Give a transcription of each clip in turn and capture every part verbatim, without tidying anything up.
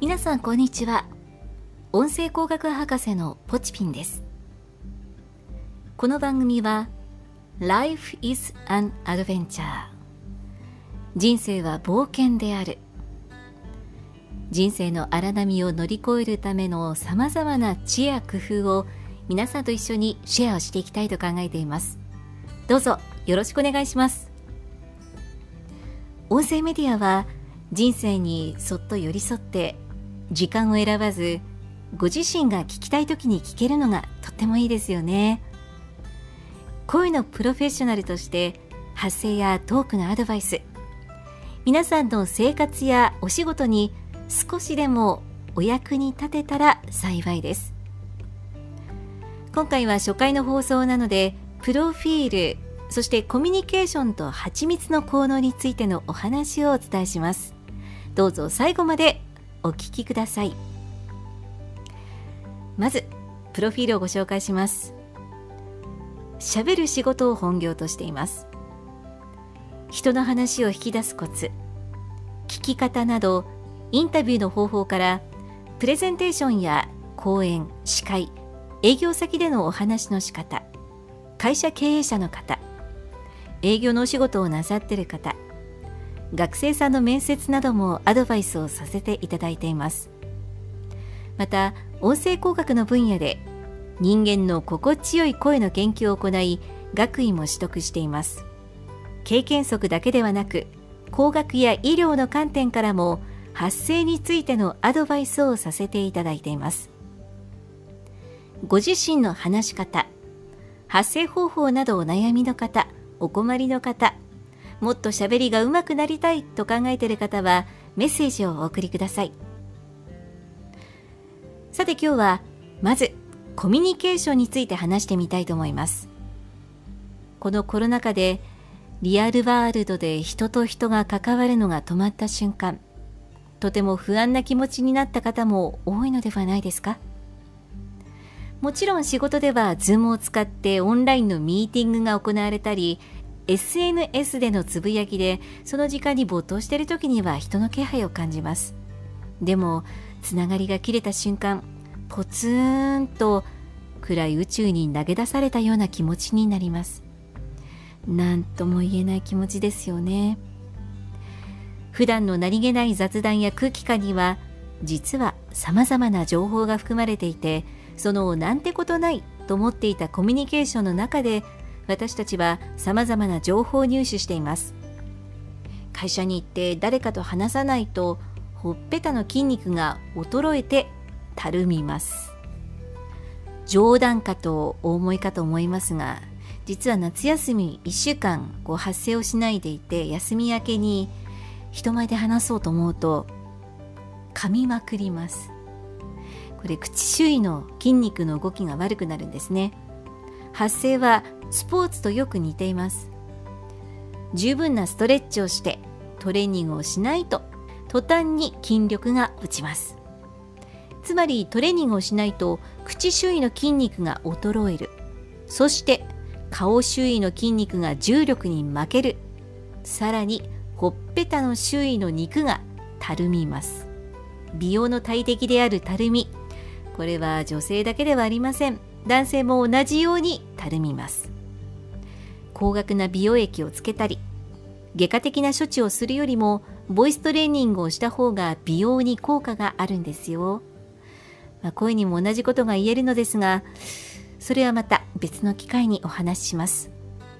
皆さんこんにちは。音声工学博士のポチピンです。この番組は Life is an Adventure、 人生は冒険である、人生の荒波を乗り越えるためのさまざまな知恵や工夫を皆さんと一緒にシェアをしていきたいと考えています。どうぞよろしくお願いします。音声メディアは人生にそっと寄り添って時間を選ばず、ご自身が聞きたい時に聞けるのがとってもいいですよね。声のプロフェッショナルとして発声やトークのアドバイス、皆さんの生活やお仕事に少しでもお役に立てたら幸いです。今回は初回の放送なので、プロフィール、そしてコミュニケーションと蜂蜜の効能についてのお話をお伝えします。どうぞ最後までお聞きください。まずプロフィールをご紹介します。喋る仕事を本業としています。人の話を引き出すコツ、聞き方などインタビューの方法から、プレゼンテーションや講演、司会、営業先でのお話の仕方、会社経営者の方、営業のお仕事をなさっている方、学生さんの面接などもアドバイスをさせていただいています。また音声工学の分野で人間の心地よい声の研究を行い、学位も取得しています。経験則だけではなく、工学や医療の観点からも発声についてのアドバイスをさせていただいています。ご自身の話し方、発声方法などお悩みの方、お困りの方、もっと喋りが上手くなりたいと考えている方はメッセージをお送りください。さて今日はまずコミュニケーションについて話してみたいと思います。このコロナ禍でリアルワールドで人と人が関わるのが止まった瞬間、とても不安な気持ちになった方も多いのではないですか。もちろん仕事では Zoom を使ってオンラインのミーティングが行われたり、エスエヌエス でのつぶやきでその時間に没頭している時には人の気配を感じます。でもつながりが切れた瞬間、ポツンと暗い宇宙に投げ出されたような気持ちになります。なんとも言えない気持ちですよね。普段の何気ない雑談や空気感には実は様々な情報が含まれていて、そのなんてことないと思っていたコミュニケーションの中で私たちは様々な情報を入手しています。会社に行って誰かと話さないとほっぺたの筋肉が衰えてたるみます。冗談かとお思いかと思いますが、実は夏休みいっしゅうかんこう発声をしないでいて、休み明けに人前で話そうと思うと噛みまくります。これ口周囲の筋肉の動きが悪くなるんですね。発声はスポーツとよく似ています。十分なストレッチをしてトレーニングをしないと途端に筋力が落ちます。つまりトレーニングをしないと口周囲の筋肉が衰える。そして顔周囲の筋肉が重力に負ける。さらにほっぺたの周囲の肉がたるみます。美容の大敵であるたるみ、これは女性だけではありません。男性も同じようにたるみます。高額な美容液をつけたり外科的な処置をするよりもボイストレーニングをした方が美容に効果があるんですよ。まあ、声にも同じことが言えるのですが、それはまた別の機会にお話しします。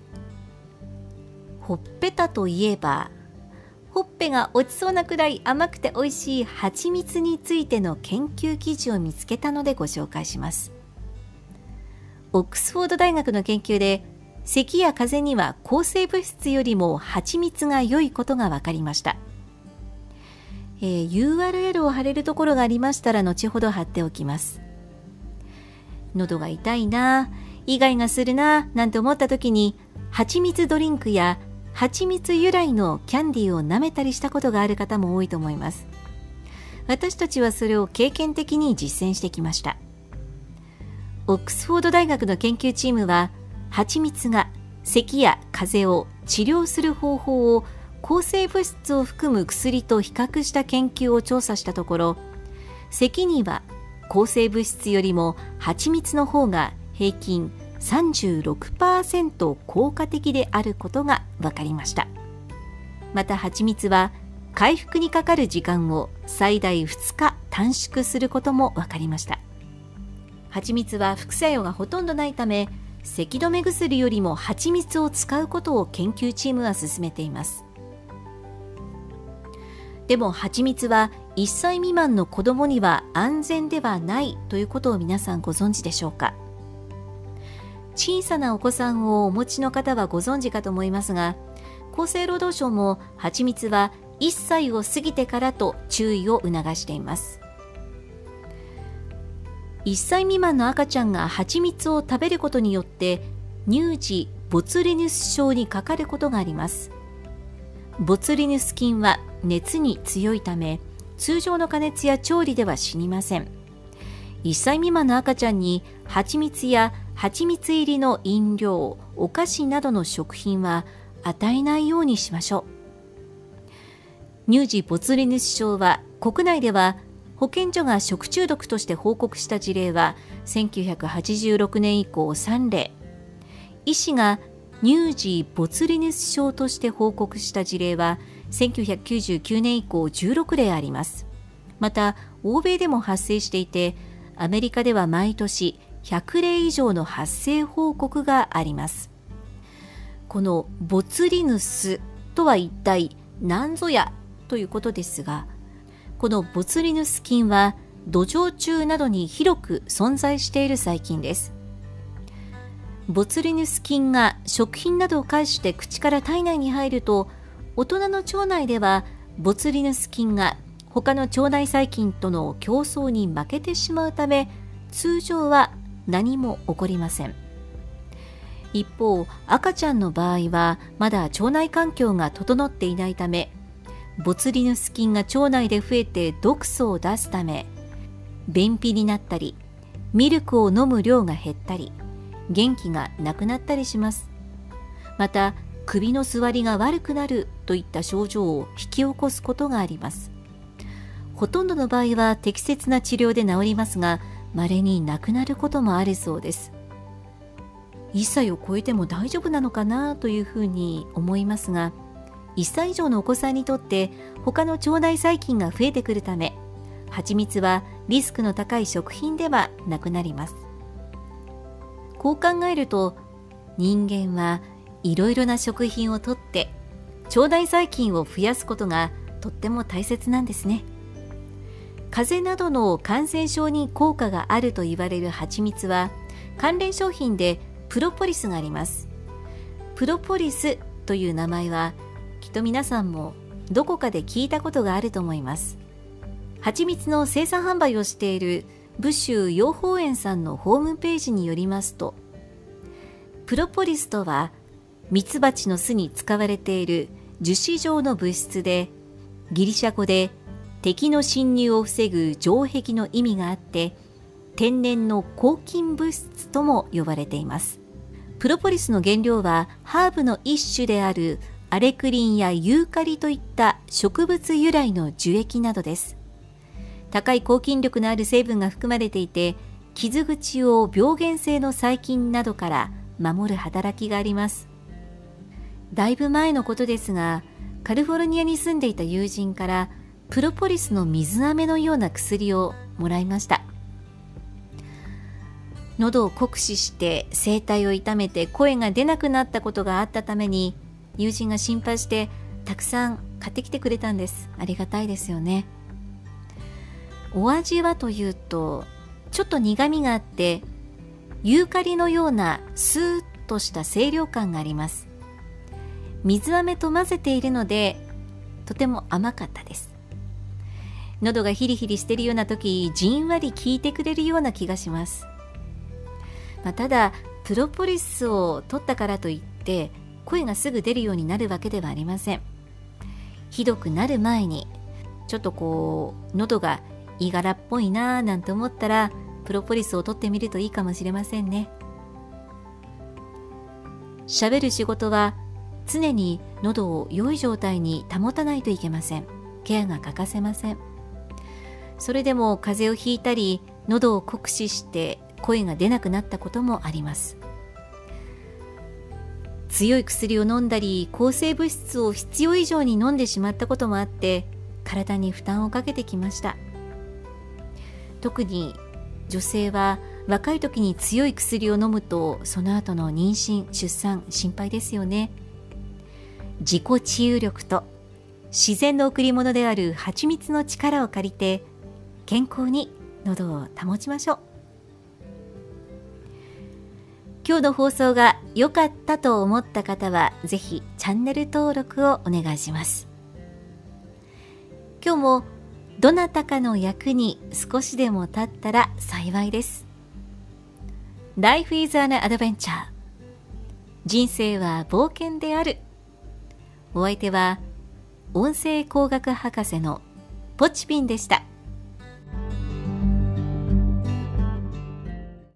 ほっぺたといえば、ほっぺが落ちそうなくらい甘くて美味しい蜂蜜についての研究記事を見つけたのでご紹介します。オックスフォード大学の研究で、咳や風邪には抗生物質よりも蜂蜜が良いことが分かりました。えー、ユーアールエル を貼れるところがありましたら後ほど貼っておきます。喉が痛いな、イガイガするななんて思った時に、蜂蜜ドリンクや蜂蜜由来のキャンディーを舐めたりしたことがある方も多いと思います。私たちはそれを経験的に実践してきました。オックスフォード大学の研究チームは、蜂蜜が咳や風邪を治療する方法を抗生物質を含む薬と比較した研究を調査したところ、 咳には抗生物質よりも蜂蜜の方が平均 さんじゅうろくパーセント 効果的であることが分かりました。また蜂蜜は回復にかかる時間を最大ふつか短縮することも分かりました。蜂蜜は副作用がほとんどないため、咳止め薬よりも蜂蜜を使うことを研究チームは進めています。でも蜂蜜はいっさい未満の子どもには安全ではないということを皆さんご存知でしょうか。小さなお子さんをお持ちの方はご存知かと思いますが、厚生労働省も蜂蜜はいっさいを過ぎてからと注意を促しています。いっさい未満の赤ちゃんが蜂蜜を食べることによって乳児ボツリヌス症にかかることがあります。ボツリヌス菌は熱に強いため、通常の加熱や調理では死にません。いっさい未満の赤ちゃんに蜂蜜や蜂蜜入りの飲料、お菓子などの食品は与えないようにしましょう。乳児ボツリヌス症は国内では保健所が食中毒として報告した事例はせんきゅうひゃくはちじゅうろくねん以降さんれい、医師が乳児ボツリヌス症として報告した事例はせんきゅうひゃくきゅうじゅうきゅうねん以降じゅうろくれいあります。また欧米でも発生していて、アメリカでは毎年ひゃくれい以上の発生報告があります。このボツリヌスとは一体何ぞやということですが、このボツリヌス菌は土壌中などに広く存在している細菌です。ボツリヌス菌が食品などを介して口から体内に入ると、大人の腸内ではボツリヌス菌が他の腸内細菌との競争に負けてしまうため、通常は何も起こりません。一方、赤ちゃんの場合はまだ腸内環境が整っていないため、ボツリヌス菌が腸内で増えて毒素を出すため、便秘になったり、ミルクを飲む量が減ったり、元気がなくなったりします。また、首の座りが悪くなるといった症状を引き起こすことがあります。ほとんどの場合は適切な治療で治りますが、稀に亡くなることもあるそうです。いっさいを超えても大丈夫なのかなというふうに思いますが、いっさい以上のお子さんにとって他の腸内細菌が増えてくるため、蜂蜜はリスクの高い食品ではなくなります。こう考えると、人間はいろいろな食品をとって腸内細菌を増やすことがとっても大切なんですね。風邪などの感染症に効果があると言われる蜂蜜は、関連商品でプロポリスがあります。プロポリスという名前はきっと皆さんもどこかで聞いたことがあると思います。蜂蜜の生産販売をしている武州養蜂園さんのホームページによりますと、プロポリスとはミツバチの巣に使われている樹脂状の物質で、ギリシャ語で敵の侵入を防ぐ城壁の意味があって、天然の抗菌物質とも呼ばれています。プロポリスの原料はハーブの一種であるアレクリンやユーカリといった植物由来の樹液などです。高い抗菌力のある成分が含まれていて、傷口を病原性の細菌などから守る働きがあります。だいぶ前のことですが、カリフォルニアに住んでいた友人からプロポリスの水飴のような薬をもらいました。喉を酷使して声帯を痛めて声が出なくなったことがあったために、友人が心配してたくさん買ってきてくれたんです。ありがたいですよね。お味はというと、ちょっと苦みがあってユーカリのようなスーッとした清涼感があります。水飴と混ぜているのでとても甘かったです。喉がヒリヒリしているような時、じんわり効いてくれるような気がします。まあ、ただプロポリスを取ったからといって声がすぐ出るようになるわけではありません。ひどくなる前にちょっとこう喉がいがらっぽいなーなんて思ったら、プロポリスを取ってみるといいかもしれませんね。喋る仕事は常に喉を良い状態に保たないといけません。ケアが欠かせません。 それでも風邪をひいたり喉を酷使して声が出なくなったこともあります。強い薬を飲んだり抗生物質を必要以上に飲んでしまったこともあって体に負担をかけてきました。特に女性は若い時に強い薬を飲むとその後の妊娠・出産心配ですよね。自己治癒力と自然の贈り物である蜂蜜の力を借りて健康に喉を保ちましょう。今日の放送が良かったと思った方はぜひチャンネル登録をお願いします。今日もどなたかの役に少しでも立ったら幸いです。Life is an adventure。人生は冒険である。お相手は音声工学博士のポチピンでした。